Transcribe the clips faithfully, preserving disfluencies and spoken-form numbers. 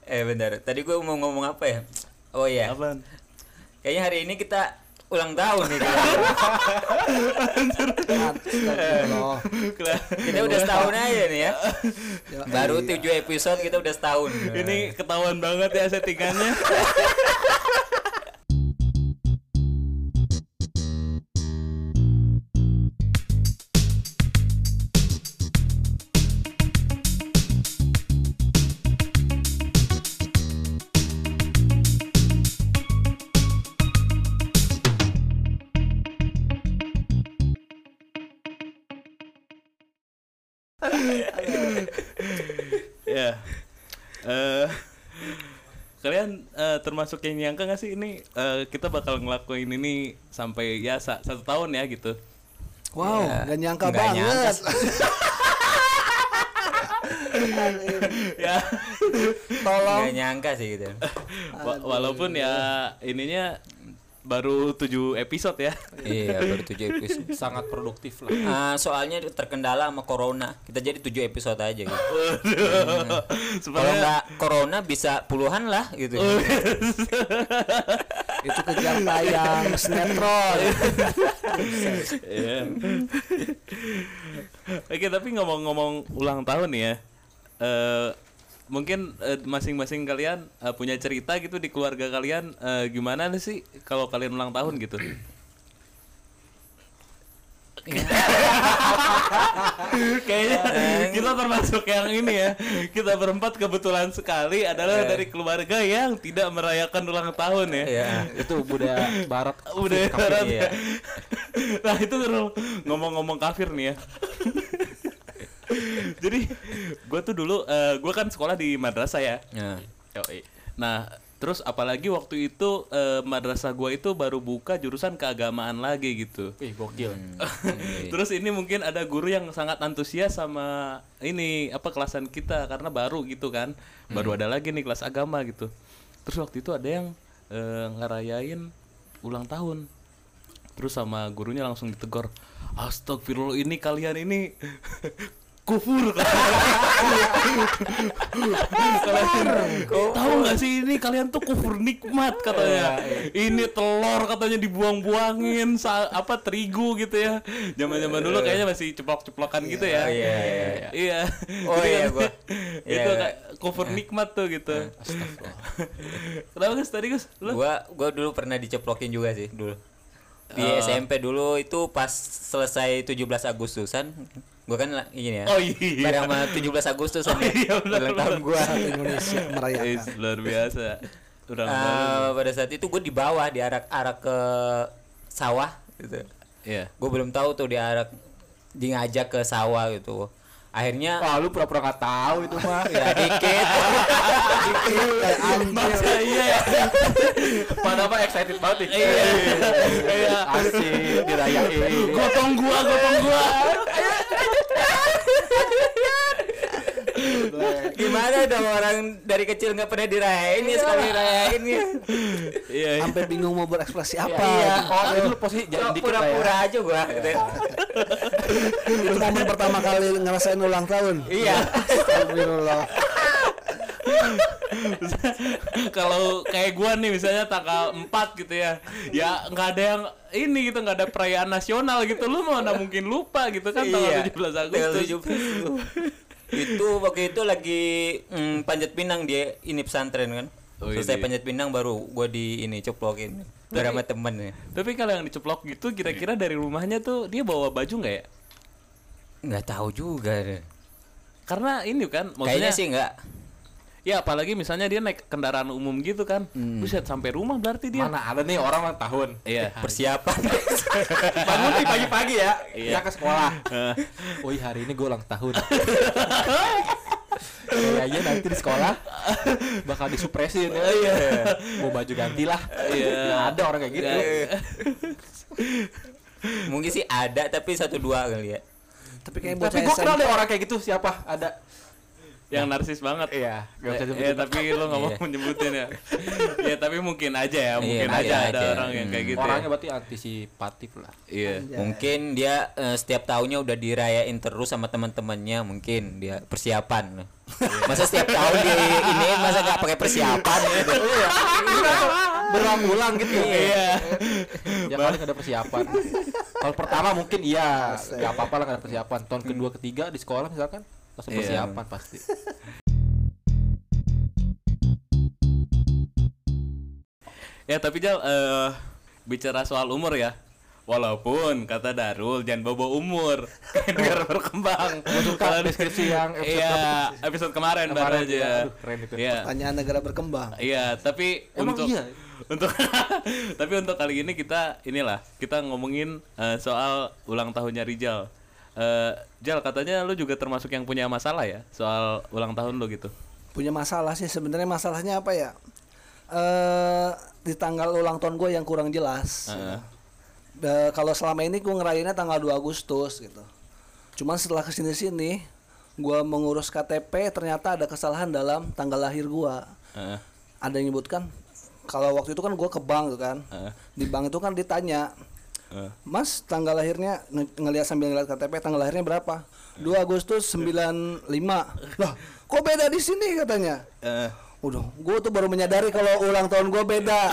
Eh bentar, tadi gue mau ngomong apa ya? Oh iya. Apaan? Kayaknya hari ini kita ulang tahun nih. Kita udah setahun aja nih ya. Baru tujuh episode kita udah setahun. Ini ketahuan banget ya settingannya. Ya, uh, kalian uh, termasuk yang nyangka nggak sih ini uh, kita bakal ngelakuin ini sampai ya sa- satu tahun ya gitu? Wow, ya, gak nyangka gak banget. Nyangka. Ya, tolong. Gak nyangka sih gitu. Wa- walaupun ya ininya baru tujuh episode ya. Iya, baru tujuh episode. Sangat produktif lah. Uh, soalnya terkendala sama corona. Kita jadi tujuh episode aja gitu. Hmm. Kalau nggak corona bisa puluhan lah gitu. Itu kejar tayang sinetron. Iya. Oke, tapi ngomong-ngomong ulang tahun nih ya. Uh, mungkin uh, masing-masing kalian uh, punya cerita gitu di keluarga kalian uh, gimana sih kalau kalian ulang tahun gitu? Kayaknya kita termasuk yang ini ya. Kita berempat kebetulan sekali adalah dari keluarga yang tidak merayakan ulang tahun ya. Iya, itu budaya barat. Budaya barat. Iya. Nah, itu ngomong-ngomong kafir nih ya. Jadi gue tuh dulu uh, gue kan sekolah di madrasah ya. Ya. Nah terus apalagi waktu itu uh, madrasah gue itu baru buka jurusan keagamaan lagi gitu. Ih gokil. Hmm. Terus ini mungkin ada guru yang sangat antusias sama ini apa kelasan kita karena baru gitu kan. Baru hmm. ada lagi nih kelas agama gitu. Terus waktu itu ada yang uh, ngerayain ulang tahun. Terus sama gurunya langsung ditegur, astagfirullah ini kalian ini kufur kan. Tahu nggak sih ini kalian tuh kufur nikmat katanya. Ini telur katanya dibuang-buangin sa- apa terigu gitu ya. Zaman-zaman dulu kayaknya masih ceplok-ceplokan gitu ya. Iya iya. Iya. Oh iya gua. Itu kayak kufur nikmat tuh gitu. Astagfirullah. Kenapa Gus tadi Gus? Lu? Gua gua dulu pernah diceplokin juga sih dulu. Di Uh. S M P dulu itu pas selesai tujuh belas Agustusan. Gua kan ini ya. Oh iya. Bareng sama tujuh belas Agustusan. Oh, iya, benar, ulang tahun gua. Indonesia merayakan. Is, luar biasa. Udah Uh, pada saat itu gue di bawah diarak-arak ke sawah gitu. Iya. Gue belum tahu tuh diarak di ngajak ke sawah gitu. Akhirnya Wah, lu pura-pura enggak tahu itu mah. ya dikit. Dikit kayak anjir. Masa iya ya. Padahal mah excited banget nih. Iya. Iya. Asik dirayain. Gotong gua, gotong gua. Gimana dong orang dari kecil nggak pernah dirayain ya sekali dirayain ya. Iya. Sampai bingung mau berekspresi apa. Iya. Oh, itu lu posisi jadi dikit lah ya. Pura-pura aja gua gitu. Itu momen pertama kali ngerasain ulang tahun. Iya. Astagfirullah. Kalau kayak gua nih misalnya tanggal empat gitu ya. Ya enggak ada yang ini gitu, enggak ada perayaan nasional gitu. Lu mana mungkin lupa gitu kan tanggal tujuh belas Agustus. tujuh belas Itu waktu itu lagi mm, panjat pinang dia ini pesantren kan. Oh, Selesai ini. panjat pinang baru gua di ini ceplokin. Dari sama temen ya. Tapi kalau yang diceplok gitu kira-kira dari rumahnya tuh dia bawa baju enggak ya? Nggak tahu juga deh. Karena ini kan Kayaknya maksudnya sih nggak. ya apalagi misalnya dia naik kendaraan umum gitu kan. Hmm. Buset sampai rumah berarti dia. Mana ada nih orang ulang tahun. Iya. Persiapan. Bangun nih pagi-pagi ya. Iya. Ya ke sekolah. Eh, Woi, hari ini gue ulang tahun. Kayaknya nanti di sekolah bakal disupresin ya. Iya. Mau baju ganti lah. Iya. Nggak ada orang kayak gitu. Iya. Mungkin sih ada tapi satu dua kali ya. Tapi kayak Tapi bocah gue S M P. kenal deh orang kayak gitu. Siapa? Ada. yang narsis banget. Iya, nggak bisa Eh, disebutin. eh, tapi lo nggak mau Iya. menyebutin ya. Ya tapi mungkin aja ya, mungkin Iya, aja mungkin ada aja. orang yang kayak gitu. Orangnya Ya. berarti antisipatif lah. Iya. Mungkin dia eh, setiap tahunnya udah dirayain terus sama teman-temannya, mungkin dia persiapan. Masa setiap tahun di ini masa nggak pakai persiapan gitu. Berulang-ulang gitu. Iya. Ya kali nggak ada persiapan. Kalau pertama mungkin iya, nggak apa-apa lah nggak ada persiapan. Tahun kedua, ketiga di sekolah misalkan langsung Iya. persiapan pasti. Ya tapi Jal, eh, bicara soal umur ya. Walaupun kata Darul jangan bawa umur biar berkembang. Bukan deskripsi yang episode Iya, episode kemarin, baru Kemarin, aja. iya. Aduh, keren itu. Iya. Pertanyaan negara berkembang. Iya, tapi Emang untuk iya? untuk tapi untuk kali ini kita inilah kita ngomongin eh, soal ulang tahunnya Rijal. Eh, Jal, katanya lu juga termasuk yang punya masalah ya soal ulang tahun lu gitu. Punya masalah sih sebenarnya, masalahnya apa ya? Eh di tanggal ulang tahun gue yang kurang jelas. Heeh. Eh, kalau selama ini gue ngerayainnya tanggal dua Agustus gitu. Cuman setelah kesini-sini gue mengurus K T P, ternyata ada kesalahan dalam tanggal lahir gue. Heeh. Ada yang nyebutkan kalau waktu itu kan gue ke bank tuh kan. Heeh. Di bank itu kan ditanya, Heeh. Mas tanggal lahirnya nge- ngelihat sambil ngeliat K T P, tanggal lahirnya berapa? dua Agustus sembilan lima. Lah, kok beda di sini katanya? Eh, Udah, gue tuh baru menyadari kalau ulang tahun gue beda.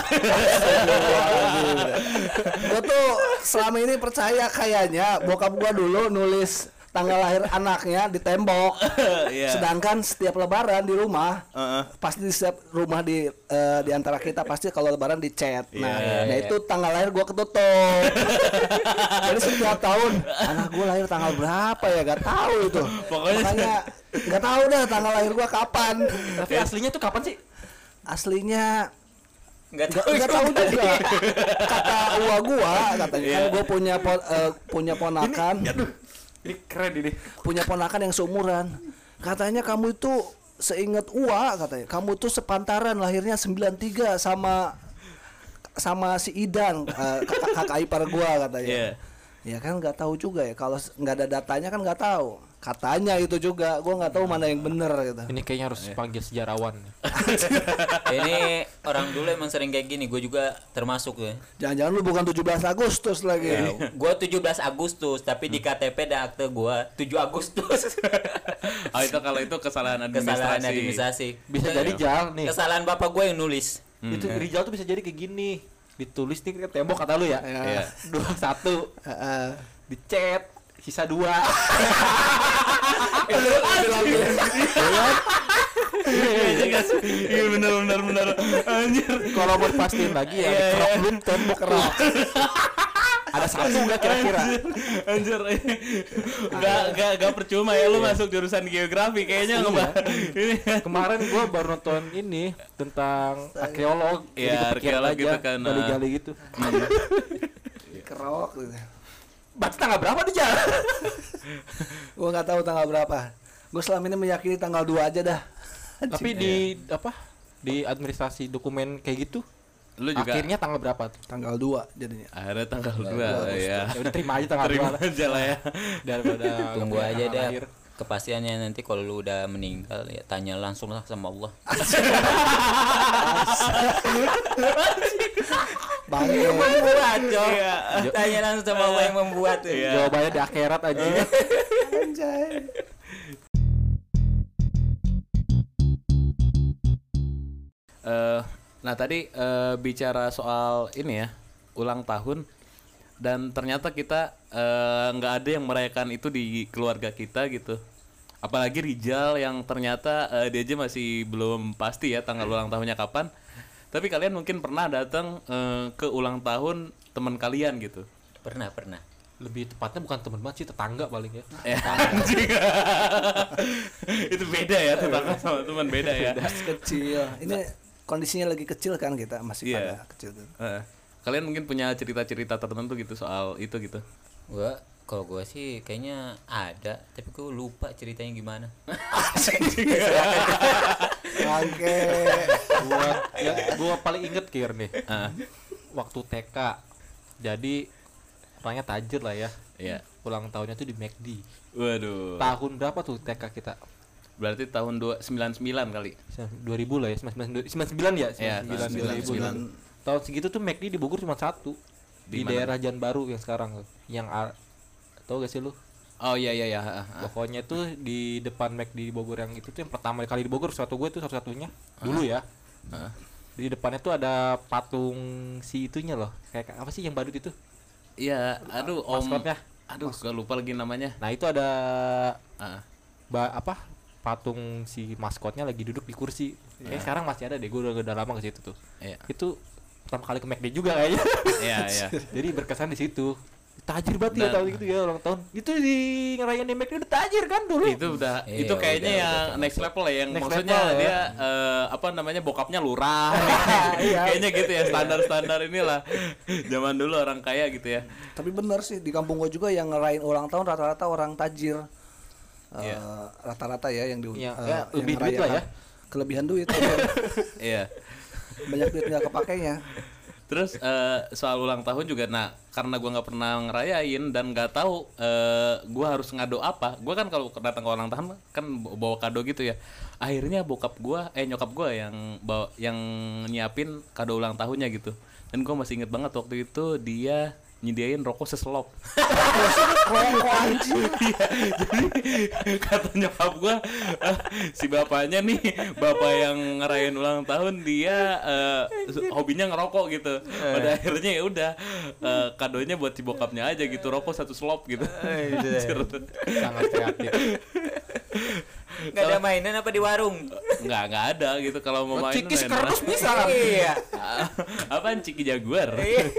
Gue tuh selama ini percaya kayaknya bokap gue dulu nulis tanggal lahir anaknya di tembok. Iya. Sedangkan setiap lebaran di rumah, Heeh. pasti di setiap rumah di eh, di antara kita pasti kalau lebaran dicat. Nah, Iya, nah itu tanggal lahir gue ketutup. Jadi setiap tahun anak gue lahir tanggal berapa ya, gak tahu itu. Pokoknya- Makanya gak tahu dah tanggal lahir gue kapan. Tapi aslinya tuh kapan sih? Aslinya Nggak nggak tahu. nggak tahu juga. Kata uwa gua katanya kan Iya. gua punya po- eh, punya ponakan, Ini keren ini. punya ponakan yang seumuran. Katanya kamu itu seingat uwa katanya, kamu tuh sepantaran lahirnya sembilan tiga sama sama si Idan, eh, kakak kakak ipar gua katanya. Iya. Ya kan nggak tahu juga ya, kalau s- nggak ada datanya kan nggak tahu. Katanya itu juga, gua nggak tahu mana yang bener gitu. Ini kayaknya harus panggil sejarawan. Ini orang dulu emang sering kayak gini, gue juga termasuk ya. Jangan-jangan lu bukan tujuh belas Agustus lagi. Ya, gue tujuh belas Agustus, tapi di K T P dan akte gue tujuh Agustus. Oh itu kalau itu kesalahan administrasi. Kesalahan administrasi. Bisa Itu jadi Jal nih. kesalahan bapak gue yang nulis. Itu Rijal tuh bisa jadi kayak gini. Ditulis nih ke tembok kata lu ya. Iya. Dua satu. Heeh. Dicet sisa dua. Iya benar benar benar. Anjir. Kalau mau pastiin lagi ya Iya, dikerok iya. dulu tembok kerok. Ada satu nggak kira-kira? Anjir. Enggak enggak enggak percuma ya lu masuk jurusan geografi kayaknya ngebahas ini. Kemarin gua baru nonton ini tentang arkeolog. Iya, Jadi kepikiran arkeolog aja, gitu kan, nah. gali-gali gitu. Kerok gitu. Baca tanggal berapa tuh Jal? Gua nggak tahu tanggal berapa. Gue selama ini meyakini tanggal dua aja dah. Tapi di apa? Di administrasi dokumen kayak gitu. Lu juga Akhirnya tanggal berapa tuh? Tanggal dua jadinya. akhirnya tanggal dua ya. Ya udah terima aja tanggal Terima dua. aja lah ya. Daripada Tunggu nggak aja punya deh lahir. kepastiannya nanti kalau lu udah meninggal ya tanya langsung lah sama Allah. Bangke. Membuat, Cok. Iya. Tanya langsung sama Allah yang membuat. Iya. Jawabannya di akhirat aja. Anjay. Eh, nah tadi eh, bicara soal ini ya ulang tahun dan ternyata kita eh, nggak ada yang merayakan itu di keluarga kita gitu. Apalagi Rijal yang ternyata eh, dia aja masih belum pasti ya tanggal ulang tahunnya kapan. Tapi kalian mungkin pernah datang eh, ke ulang tahun teman kalian gitu. Pernah, pernah. Lebih tepatnya bukan teman banget sih, tetangga paling ya. Eh, anjing. Itu beda ya tetangga sama teman beda ya. Masih kecil. Ini kondisinya lagi kecil kan, kita masih Iya. pada kecil tuh. Eh, kalian mungkin punya cerita-cerita tertentu gitu soal itu gitu. Gua kalau gua sih kayaknya ada, tapi gua lupa ceritanya gimana. Bangke. Gua ya gua paling inget Kir nih. Ah, Waktu T K. Jadi orangnya tajir lah ya. iya. Ulang tahunnya tuh di McD. Waduh. Tahun berapa tuh T K kita? Berarti tahun dua sembilan sembilan kali. dua ribu lah ya, sembilan puluh sembilan, sembilan puluh sembilan ya, Iya, sembilan puluh sembilan dua ribu. sembilan. Tahun segitu tuh McD di Bogor cuma satu. Di, Di mana? daerah Jan Baru yang sekarang tuh. Yang A- tau gak sih lu? Oh iya iya iya. ah, ah. Pokoknya tuh di depan McD di Bogor yang itu tuh yang pertama kali di Bogor, suatu gue tuh satu-satunya dulu ya. Ah. Di depannya tuh ada patung si itunya loh. Kayak apa sih yang badut itu? Iya, aduh om. Maskotnya. Aduh, gua lupa lagi namanya. Nah, itu ada Ah. ba- apa? Patung si maskotnya lagi duduk di kursi. Kayak sekarang masih ada deh, gue udah, udah lama ke situ tuh. Iya. Itu pertama kali ke McD juga kayaknya. Iya, iya. Jadi berkesan di situ. Tajir banget ya Dan- tahun gitu ya ulang tahun. Itu di ngerayain di McD udah tajir kan dulu. Itu udah Iya, itu kayaknya udah, yang udah next level ya, yang Next maksudnya level ya. dia eh, apa namanya bokapnya lurah. Iya. Kayaknya gitu ya, standar-standar inilah. Zaman dulu orang kaya gitu ya. Tapi bener sih di kampung gua juga yang ngerayain ulang tahun rata-rata orang tajir. Eh, Iya. rata-rata ya yang di Iya, eh, ya, yang lebih duit lah ya. ngerayakan. Kelebihan duit. Iya. Banyak duit nggak kepakainya. Terus eh, soal ulang tahun juga, nah karena gua nggak pernah ngerayain dan nggak tahu eh, gua harus ngado apa. Gua kan kalau datang ke ulang tahun kan bawa kado gitu ya. Akhirnya bokap gua, eh nyokap gua yang bawa, yang nyiapin kado ulang tahunnya gitu. Dan gua masih inget banget waktu itu dia nyediain rokok seselop. Rokok anjing. Iya, jadi kata nyokap gua, "Ah, si bapaknya nih, bapak yang ngerayain ulang tahun, dia eh, hobinya ngerokok gitu. Pada akhirnya ya udah eh, kadonya buat si bokapnya aja gitu, rokok satu slop gitu." Anjir. Sangat kreatif. Nggak ada mainan apa di warung? Nggak nggak ada gitu kalau mau main. Cikis main- kardus bisa. Iya. Apaan Ciki Jaguar?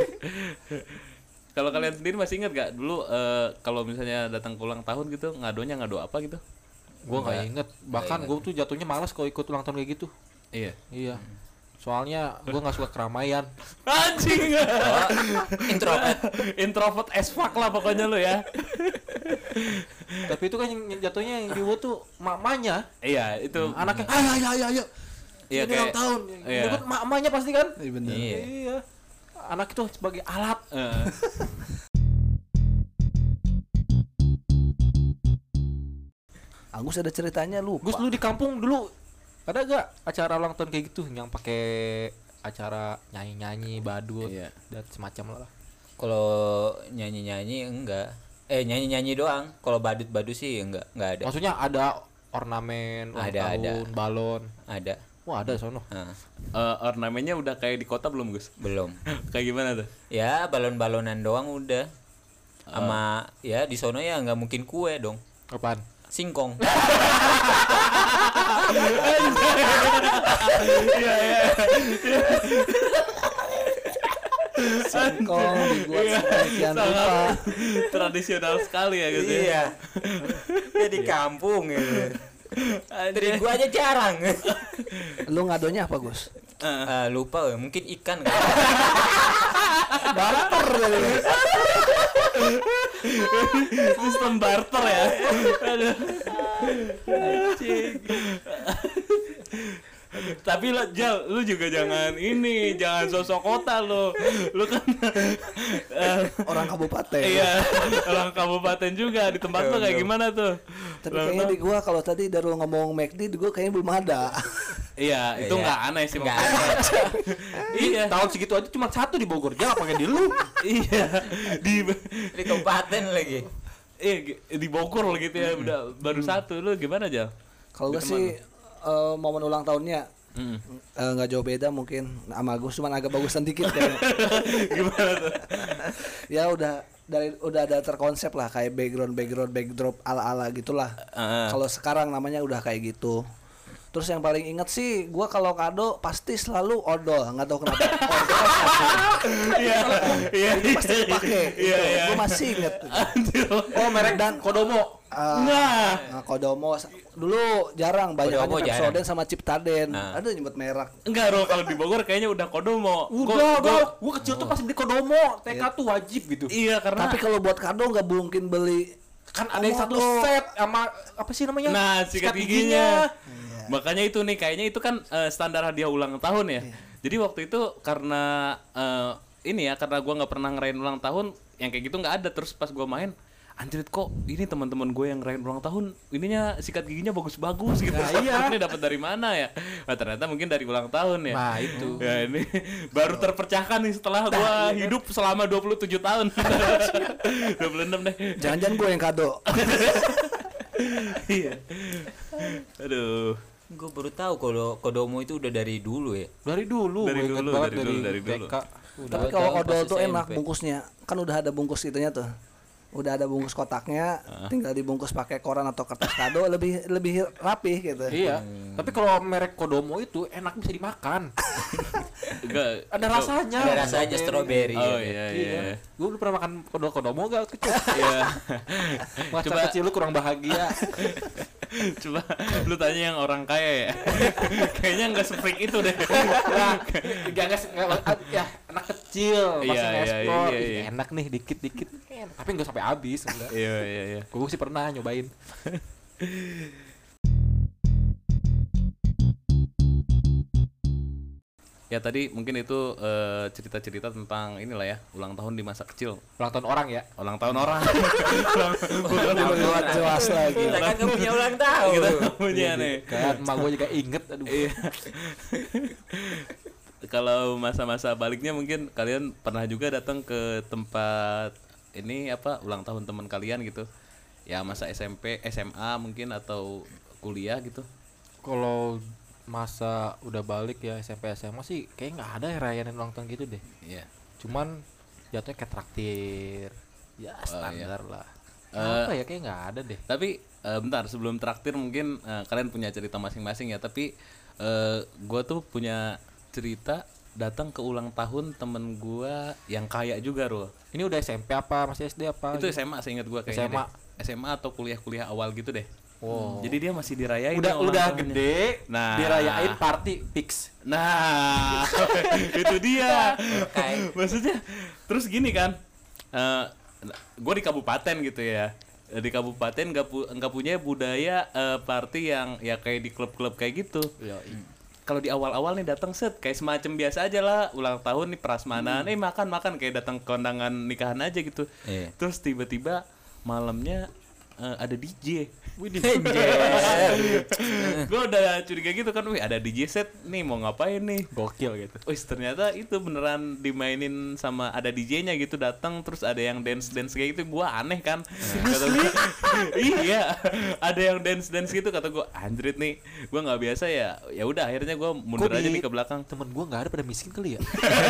Kalau kalian sendiri masih ingat gak dulu eh, kalau misalnya datang ke ulang tahun gitu, ngadonya ngado apa gitu? Gue nggak inget. Bahkan gue tuh jatuhnya malas kalau ikut ulang tahun kayak gitu. Iya. Iya. Soalnya gue nggak suka keramaian. Anjing. Introvert. Introvert as fuck lah pokoknya lu ya. Tapi itu kan yang yang jatuhnya yang dibuat tuh mamanya. Iya, itu Anaknya, ayo ayo ayo ayo. Iya, Ini ulang kayak- tahun. iya. Dibuat mamanya pasti kan? Iya bener. Iya. Iya. Anak itu sebagai alat. eh, Agus ada ceritanya lu. Gus, lu di kampung dulu ada gak acara ulang tahun kayak gitu yang pakai acara nyanyi-nyanyi, badut Iya. dan semacam lah. Kalau nyanyi-nyanyi enggak. Eh nyanyi-nyanyi doang. Kalau badut-badut sih enggak, enggak ada. Maksudnya ada ornamen ulang Ada, ada. tahun, balon. Ada. Wah, ada sono. Nah, eh, ornamennya udah kayak di kota belum, Gus? belum. Kayak gimana tuh? Ya balon-balonan doang udah. Sama ya di sono ya nggak mungkin kue dong. Apaan? Singkong. Singkong dibuat sedemikian rupa. Tradisional sekali ya gitu ya. Iya. Ya di kampung gitu. Terigu aja jarang. Lu ngadonya apa, Gus? Ah, lupa ya, mungkin ikan kan. Barter kali. Sistem barter ya. Aduh. Tapi lo Jal, lu juga jangan ini, jangan sosok kota lo. Lu kan eh, Orang kabupaten. iya, orang kabupaten juga. Di tempat lo kayak gimana tuh? Tapi Ulang kayaknya tahun. di gua kalau tadi Darul ngomong McD, di gua kayaknya belum ada. Iya, itu Iya. nggak aneh sih Nggak makanya. Iya, Tahun segitu aja cuma satu di Bogor. Jangan pakai di lu. iya. Di Di kabupaten lagi. eh di Bogor gitu ya, udah baru satu. Lu gimana, Jal? Kalau Di gua sih eh, momen ulang tahunnya Mm. eh, nggak jauh beda mungkin sama Agus, cuman agak bagusan dikit kayaknya. Gimana tuh? Ya udah dari udah ada terkonsep lah kayak background background backdrop ala ala gitulah. Heeh. Kalau sekarang namanya udah kayak gitu. Terus yang paling inget sih gua kalau kado pasti selalu odol, nggak tahu kenapa. Odol Iya, iya, itu pasti dipakai. Iya, Itu iya. gua masih inget. Anjir. Oh merek dan Kodomo. Ah, Nah, nah, Kodomo dulu jarang, banyak Kodomo aja jarang. Pepsodent sama Ciptaden. Nah. Ada nyebut merek. enggak Ro, kalau di Bogor kayaknya udah Kodomo. Udah, Gua- udah. gua- Gua kecil tuh pasti beli Kodomo. T K tuh wajib gitu. Iya, karena Tapi kalau buat kado nggak mungkin beli. Kan ada yang satu Komodo. set sama apa sih namanya? nah, sikat giginya. Iya. Makanya itu nih kayaknya itu kan eh, standar hadiah ulang tahun ya. Jadi waktu itu karena eh, ini ya karena gua nggak pernah ngerayain ulang tahun yang kayak gitu nggak ada, terus pas gua main anjir kok ini teman-teman gue yang ngerayain ulang tahun ininya sikat giginya bagus-bagus gitu. Nah, iya. Ini dapat dari mana ya? Nah, ternyata mungkin dari ulang tahun ya. Nah, itu. Ya ini baru terpecahkan nih setelah gue hidup selama dua puluh tujuh tahun. dua puluh enam deh. Jangan-jangan gue yang kado. Iya. Aduh. Gue baru tahu kalau kodomo itu udah dari dulu ya. Dari dulu, Dari gua inget dulu, banget dari dulu, dari dulu. T K. Udah Tapi kalau tahu odol pas tuh S M P. enak bungkusnya. Kan udah ada bungkus itunya tuh. Udah ada bungkus kotaknya, tinggal dibungkus pakai koran atau kertas kado lebih lebih rapih gitu. Iya. Tapi kalau merek Kodomo itu enak bisa dimakan. Enggak. Ada rasanya. Ada rasanya strawberry. Oh ya. iya Iya. iya. Gue dulu pernah makan kodok Kodomo gak kecil. Iya. Masa Coba- kecil lu kurang bahagia. Coba lu tanya yang orang kaya ya. Kayaknya enggak se-freak itu deh. Nah, jangan ya anak kecil masih Iya, iya, nge-explore. iya, Ih, iya. enak nih dikit-dikit. Enak. Tapi enggak sampai habis enggak. Iya iya iya. Gue sih pernah nyobain. Ya tadi mungkin itu eh, cerita-cerita tentang inilah ya ulang tahun di masa kecil. Ulang tahun orang ya. Ulang tahun orang. Bukan jelas lagi. Kita kan nggak punya ulang tahun. Kita punya nih. Kan emak gue juga inget aduh. Iya. Kalau masa-masa baliknya mungkin kalian pernah juga datang ke tempat ini apa ulang tahun teman kalian gitu. Ya masa S M P, S M A mungkin atau kuliah gitu. Kalau masa udah balik ya S M P S M A sih kayak nggak ada ya rayain ulang tahun gitu deh. Iya. Cuman jatuhnya kayak traktir. Ya standar lah. Eh, Apa ya kayak nggak ada deh. Tapi eh, bentar sebelum traktir mungkin eh, kalian punya cerita masing-masing ya. Tapi eh, gue tuh punya cerita datang ke ulang tahun temen gue yang kaya juga Rul. Ini udah S M P apa masih S D apa? Itu S M A seingat gue kayaknya. S M A. deh. S M A atau kuliah-kuliah awal gitu deh. Oh. Jadi dia masih dirayain. udah ya ulang udah tahunnya. gede, Nah. dirayain party fix. Nah, itu dia. Kayak Maksudnya, terus gini kan, uh, gue di kabupaten gitu ya, di kabupaten nggak pu nggak punya budaya eh, party yang ya kayak di klub-klub kayak gitu. Kalau di awal-awal nih datang set kayak semacam biasa aja lah, ulang tahun nih prasmanan, eh makan makan kayak datang ke kondangan nikahan aja gitu. Iya. Terus tiba-tiba malamnya eh, ada D J. Gue udah curiga gitu kan, wih ada D J set nih mau ngapain nih? Gokil gitu. Wih ternyata itu beneran dimainin sama ada D J-nya gitu datang terus ada yang dance dance kayak gitu, gua aneh kan. Kata gua, iya ada yang dance dance gitu kata gua anjrit nih, gua nggak biasa ya. Ya udah akhirnya gua mundur Kok aja di- nih ke belakang. Temen gua nggak ada pada miskin kali ya.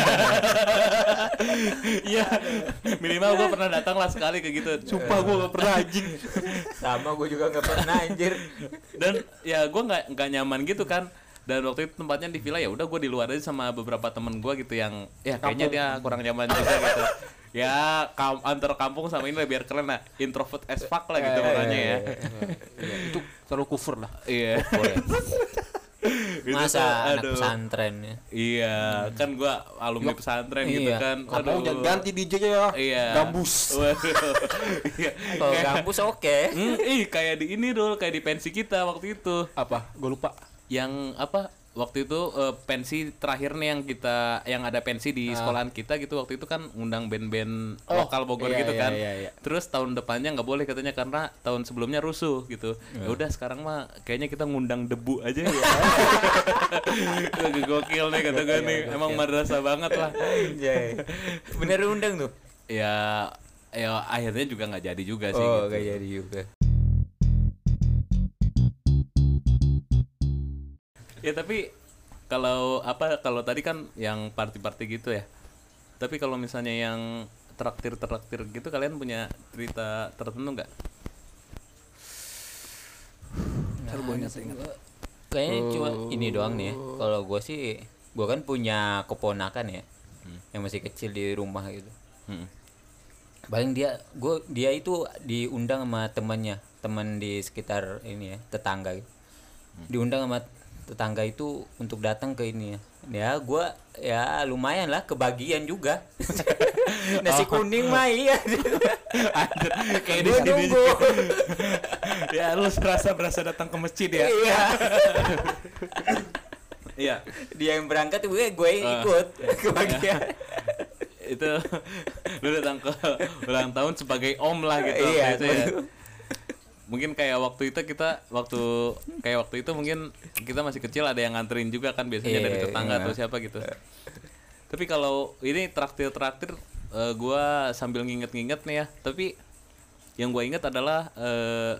Iya minimal gua pernah datang lah sekali kayak gitu. Sumpah gua gak pernah anjing. sama gue juga nggak pernah anjir. Dan ya gue nggak nggak nyaman gitu kan. Dan waktu itu tempatnya di villa ya udah gue di luar aja sama beberapa temen gue gitu yang ya kayaknya dia kurang nyaman juga gitu. Ya kam antar kampung sama ini lah biar keren lah, introvert as fuck lah gitu orangnya ya. Iya, itu terlalu kufur lah. Iya. Gitu Masa tuh, anak aduh. pesantren ya. Iya, kan gua alumni pesantren gitu Iya. kan. Kamu Aduh. ganti D J-nya ya. Iya. Gambus. Waduh. Iya. Kalau Kayak- kampus oke. Hmm, ih kayak di ini dulu kayak di pensi kita waktu itu. Apa? Gue lupa. Yang apa waktu itu eh, pensi terakhir nih yang kita yang ada pensi di sekolahan kita gitu waktu itu kan ngundang band-band Oh, lokal Bogor iya, gitu iya, kan. iya, iya. Terus tahun depannya nggak boleh katanya karena tahun sebelumnya rusuh gitu. Ya udah sekarang mah kayaknya kita ngundang debu aja ya. Lagi gokil nih kata gue nih. Emang madrasah banget lah. Anjay. Bener undang tuh. Ya ya akhirnya juga nggak jadi juga sih Oh, gitu. gak jadi juga. Ya tapi kalau apa kalau tadi kan yang party-party gitu ya. Tapi kalau misalnya yang traktir-traktir gitu kalian punya cerita tertentu nggak? Kayaknya cuma ini doang nih ya. Kalau gue sih, gue kan punya keponakan ya, yang masih kecil di rumah gitu. Hmm. Paling dia, gue dia itu diundang sama temannya, teman di sekitar ini ya, tetangga. Gitu. Diundang sama tetangga itu untuk datang ke ini ya. Ya gue ya lumayan lah kebagian juga. Nasi kuning mah iya. Kayak di Gue sini nunggu. ya lu serasa berasa datang ke masjid ya. Iya. Iya. Dia yang berangkat gue gue ikut kebagian. itu lu datang ke ulang tahun sebagai om lah gitu. Iya, waktu itu ya. Mungkin kayak waktu itu kita waktu kayak waktu itu mungkin kita masih kecil ada yang nganterin juga kan biasanya Iya, dari tetangga iya. atau siapa gitu. Tapi kalau ini traktir-traktir eh, gua sambil nginget-nginget nih ya. Tapi yang gua inget adalah eh,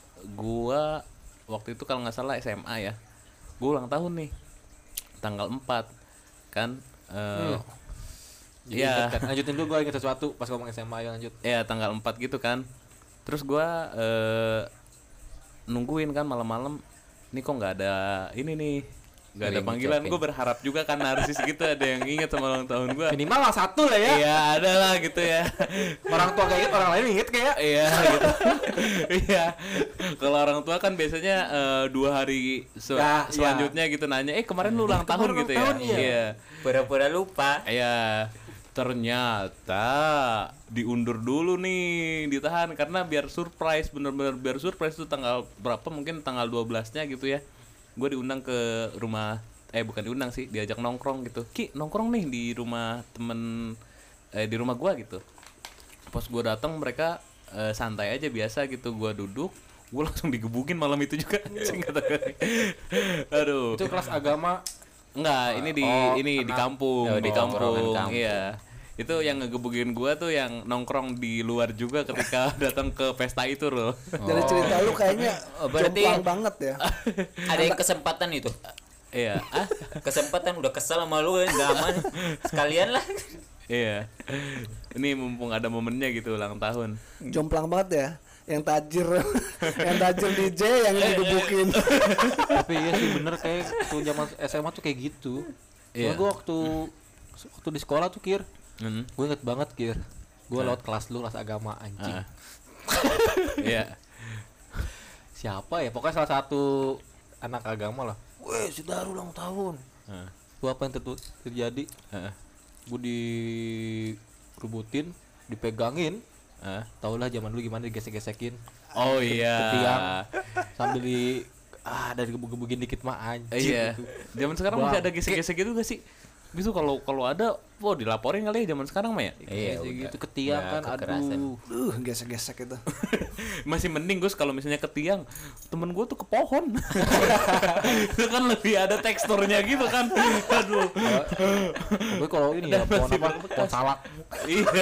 gua waktu itu kalau nggak salah S M A ya. Gua ulang tahun nih. Tanggal empat kan eh Jadi iya. ingat kan. Lanjutin dulu, gue inget sesuatu pas ngomong S M A, ya lanjut. Ya tanggal empat gitu kan. Terus gua eh, nungguin kan malam-malam. Ini kok nggak ada ini nih, nggak ada Ada yang panggilan. ngucapin. Gue berharap juga kan narsis gitu ada yang inget sama ulang tahun gua. Minimal lah satu lah ya. Iya ada lah gitu ya. Orang tua gak inget, orang lain inget kayak. Iya gitu. Iya. Kalau orang tua kan biasanya eh, dua hari se- Ya, selanjutnya gitu nanya, eh kemarin lu ulang tahun kemarin gitu ulang ya. tahun ya? Iya. Pura-pura lupa. Iya. Ternyata diundur dulu nih, ditahan karena biar surprise, bener-bener biar surprise tuh tanggal berapa, mungkin tanggal dua belasnya gitu ya. Gue diundang ke rumah, eh bukan diundang sih, diajak nongkrong gitu. Ki, nongkrong nih di rumah temen, eh di rumah gua gitu. Pas gue datang mereka eh, santai aja biasa gitu, gua duduk, gue langsung digebukin malam itu juga. Singkat aja. Aduh. Itu kelas agama. Enggak, ini di Oh, ini di anak. kampung, Oh, di di tongkrongan kampung. kampung. Iya. Itu yang ngegebukin gua tuh yang nongkrong di luar juga ketika datang ke pesta itu loh. Dari cerita lu kayaknya Oh, berarti- jomplang banget ya. Ada yang kesempatan itu. Iya. Ah, Kesempatan udah kesel sama lu kan, nggak aman. Sekalian lah. iya. Ini mumpung ada momennya gitu ulang tahun. Jomplang banget ya. Yang tajir, yang tajir D J yang digebukin. Tapi iya sih bener kayak tuh zaman S M A tuh kayak gitu. Iya. Iya. Gue waktu waktu di sekolah tuh Kir, Hmm. gue inget banget Kir. Gue lewat kelas lu, kelas agama anjing. Ah. Iya. Siapa ya? Pokoknya salah satu anak agama lah. Weh, sudah ulang tahun. Ah. Tuh apa yang tertu- terjadi? Ah. Gue dirubutin, dipegangin. Ah. Tau lah zaman dulu gimana digesek-gesekin. Oh iya. Ketiang. Sambil di ah dari gebuk-gebukin dikit mah anjing. Iya. gitu. Zaman sekarang Bang. masih ada gesek-gesek gitu gak sih? Gitu kalau kalau ada, wah dilaporin kali ya zaman sekarang mah ya. Iya, Kayak udah. gitu ketiang Udah kan, kekerasan. aduh. Uh, gesek-gesek itu. Masih mending Gus kalau misalnya ke tiang, temen gue tuh ke pohon. Itu kan lebih ada teksturnya gitu kan. Aduh. Gue kalau ini ya pohon apa? Pohon salak. Iya.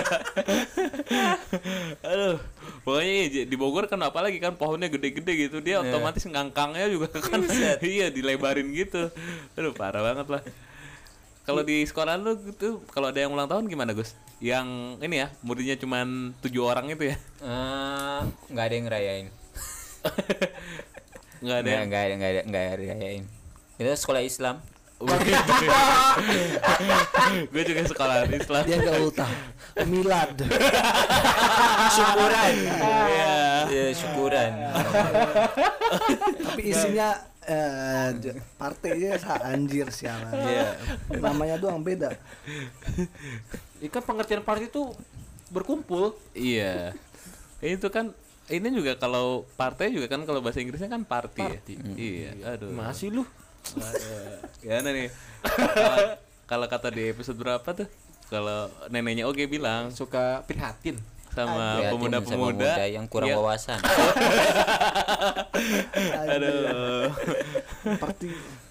Aduh. Pokoknya iya, di Bogor kan apalagi kan pohonnya gede-gede gitu, dia otomatis ngangkangnya juga kan. Iya, dilebarin gitu. Aduh, parah banget lah. Kalau di sekolah lu gitu, kalau ada yang ulang tahun gimana Gus? Yang ini ya, muridnya cuman tujuh orang itu ya? Eh, nggak ada yang ngerayain. Nggak ada Nggak yang nggak ada nggak ada nggak ada ngerayain. Itu sekolah Islam. Gue juga sekolah Islam. Dia enggak ultah. Milad. Syukuran. Iya. Iya, syukuran. Tapi isinya eh j- partainya sa anjir sialan. Iya. Namanya doang beda. Ikan pengertian party itu berkumpul. Iya. Itu kan ini juga kalau partai juga kan kalau bahasa Inggrisnya kan party, Party. ya. Iya. Aduh. Masih lu. Waduh. Gimana nih? Kalau- Kalau kata di episode berapa tuh? Kalau neneknya Oge bilang Suka prihatin. sama Prihatin pemuda-pemuda sama yang kurang ya, wawasan. aduh. Party.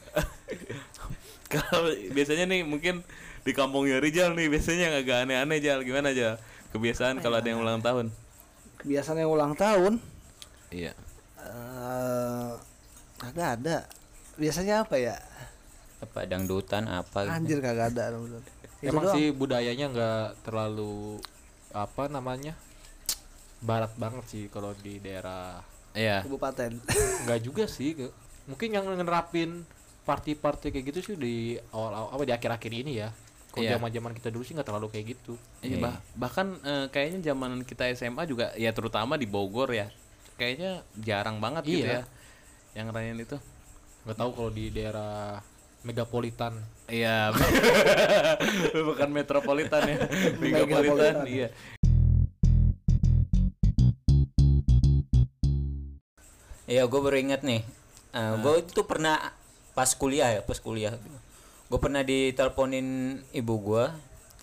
Kalau biasanya nih mungkin di kampungnya Rijal nih biasanya agak aneh-aneh Jal. Gimana Jal? Kebiasaan kalau ada yang ulang tahun. Biasanya ulang tahun Iya. eh kagak ada. Biasanya apa ya? Apa dangdutan apa gitu. Anjir kagak ada. Itu Emang doang. sih budayanya nggak terlalu apa namanya barat banget sih kalau di daerah. Iya. Kabupaten. Nggak juga sih. Ke- Mungkin yang nerapin party-party kayak gitu sih di awal-awal apa di akhir-akhir ini ya. Kalau Iya. zaman-zaman kita dulu sih nggak terlalu kayak gitu. Iya, bah- bahkan eh, kayaknya zaman kita S M A juga ya terutama di Bogor ya. Kayaknya jarang banget gitu ya Iya. yang ngerayain itu. Nggak tahu kalau di daerah megapolitan. Iya. Bukan metropolitan ya. Megapolitan. Megapolitan. Iya. Iya, gue baru ingat nih. Uh, gue itu pernah pas kuliah ya, pas kuliah. Gue pernah diteleponin ibu gue.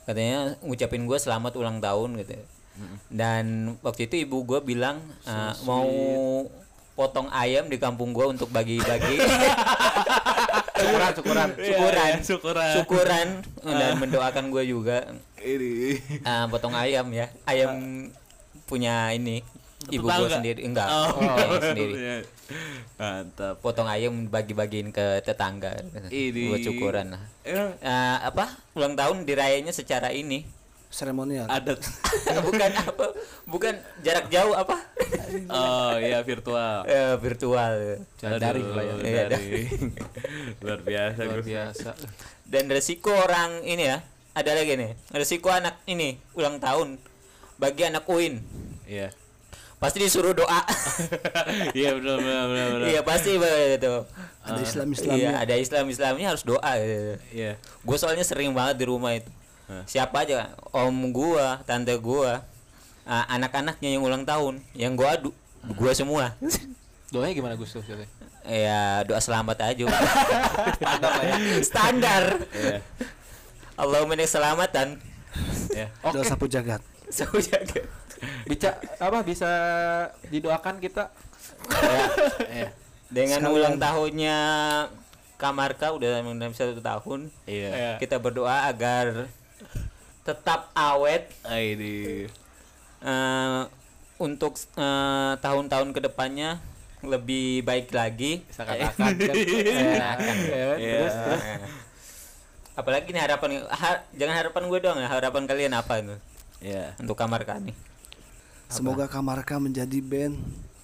katanya ngucapin gue selamat ulang tahun gitu. Dan waktu itu ibu gue bilang uh, mau potong ayam di kampung gue untuk bagi-bagi Syukuran, syukuran. syukuran, Iya, syukuran. syukuran dan mendoakan gue juga. Ini. Uh, potong ayam ya, ayam punya ini ibu gue Tetangga? sendiri, enggak, Oh, ayam sendiri. iya. Mantap. Potong ayam bagi-bagiin ke tetangga Ini. buat syukuran lah. Emang Uh, apa ulang tahun dirayanya secara ini Seremonial. adat. bukan apa bukan jarak jauh apa Oh iya virtual. Eh, virtual Cara daring lah ya. Iya, Daring. Luar biasa Luar Gus. biasa. dan resiko orang ini ya ada lagi nih resiko anak ini ulang tahun bagi anak U I N Iya. pasti disuruh doa. Iya benar benar benar benar. Iya pasti begitu. Ada Islam Iya Islamnya. ada Islam Islamnya harus doa gitu. Iya. Gue soalnya sering banget di rumah itu. Hah. Siapa aja, om gua, tante gua, uh, anak-anaknya yang ulang tahun, yang gua adu, gua semua. Doanya gimana Gus tuh? Syuting? Ya doa selamat aja. Standar lah ya. Standar. Iya. Allahumma inna selamatan. Iya. Doa sapu jagat. Saya jaga. Bisa apa bisa didoakan kita? Ya. Dengan Sekalian. ulang tahunnya Kamarka udah mengenai satu tahun, Iya. kita berdoa agar tetap awet Ini. eh, untuk eh, tahun-tahun kedepannya lebih baik lagi. Seakan-akan kan. Seakan-akan. Ya, Iya. terus terus. Eh, apalagi nih harapan ha- jangan harapan gue doang ya, harapan kalian apa itu Iya. untuk Kamarka nih? Semoga Kamarka menjadi band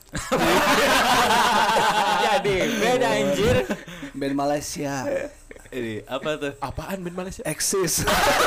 Jadi beda anjir. band Malaysia. Ini apa tuh? Apaan band Malaysia? Eksis.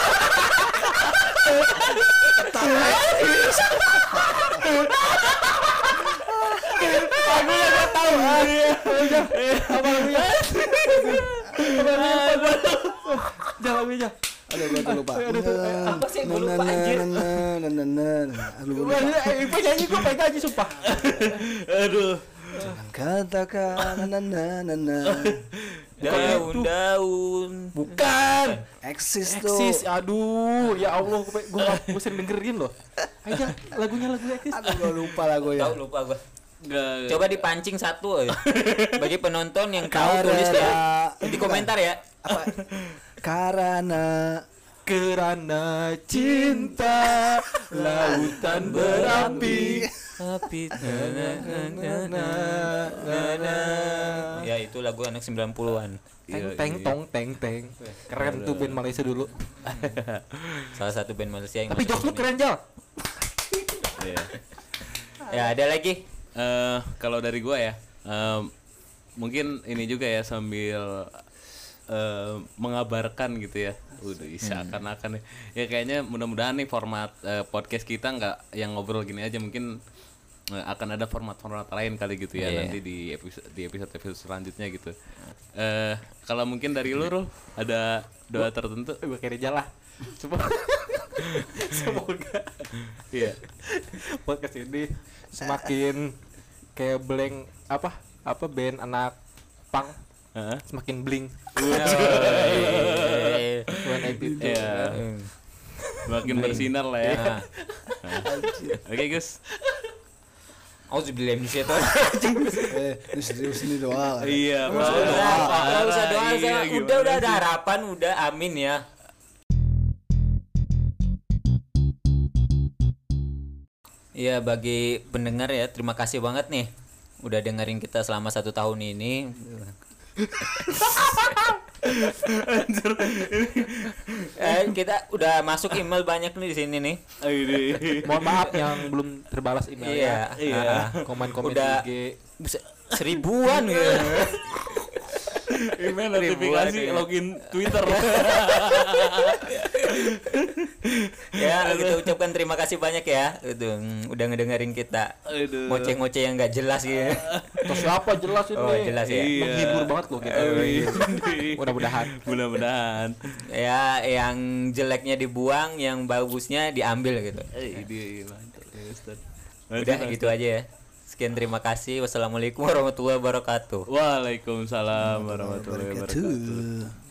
Jangan bisa. Aduh gua tuh lupa. Apa sih? Gua lupa, anjir. Aduh gua lupa. Eh, penyanyi gue pengen aja sumpah. Aduh. Jangan katakan na na na na. Daun-daun. Bukan. Eksis tuh. Eksis, aduh, ya Allah, gue gue gue sering dengerin loh. Aja lagunya lagu Eksis. Aduh gua lupa lagu ya. Tahu lupa gua. Enggak. Coba dipancing satu aja. Bagi penonton yang tahu tulis ya di komentar ya. Apa? Karena Kerana cinta lautan berapi. Tapi ya itu lagu anak sembilan puluhan. Teng teng tong teng teng. Keren tuh band Malaysia dulu. Salah satu band Malaysia yang Tapi masuk jokes lu ini. keren Jal. Iya. Ya ada lagi. Eh, kalau dari gua ya, em, mungkin ini juga ya sambil eh, mengabarkan gitu ya. Udah seakan-akan ya. Ya kayaknya mudah-mudahan nih format eh, podcast kita nggak yang ngobrol gini aja, mungkin eh, akan ada format-format lain kali gitu ya. Iya. Nanti di episode di episode episode selanjutnya gitu. Eh kalau mungkin dari lu Rul, ada doa tertentu? Gue kira Jal lah. Coba. Semoga Iya. podcast ini semakin kayak blank apa apa band anak punk Heeh. semakin bling. Eh, When I beat you. Iya. Makin bersinar lah ya. Nah, Oke, Gus. auzubillahi minasyaitonir eh ini serius ini doa. Iya, Nggak usah, Pak. Nggak usah doa, Iya, usah. gimana Udah udah ada sih? harapan, udah amin ya. Iya bagi pendengar ya, terima kasih banget nih udah dengerin kita selama satu tahun ini. eh, kita udah masuk email banyak nih di sini nih. Ini. Mohon maaf yang belum terbalas Iya, emailnya. Iya. ah, Komen-komen Udah- I G. bisa seribuan gitu. Email Ribuan notifikasi ya. login Twitter. Ya kita ucapkan terima kasih banyak ya itu mm, udah ngedengerin kita Aduh. ngoceh-ngoceh yang nggak jelas gitu. Terus siapa jelas ini? Oh, jelas ya. Iya. Menghibur banget loh kita. Mudah-mudahan. Mudah-mudahan. Ya yang jeleknya dibuang, yang bagusnya diambil gitu. Eh, ini mantap ya, Ustaz. Udah Mantap, gitu aja ya. Sekian terima kasih. Wassalamualaikum warahmatullahi wabarakatuh. Waalaikumsalam warahmatullahi wabarakatuh. Wabarakatuh.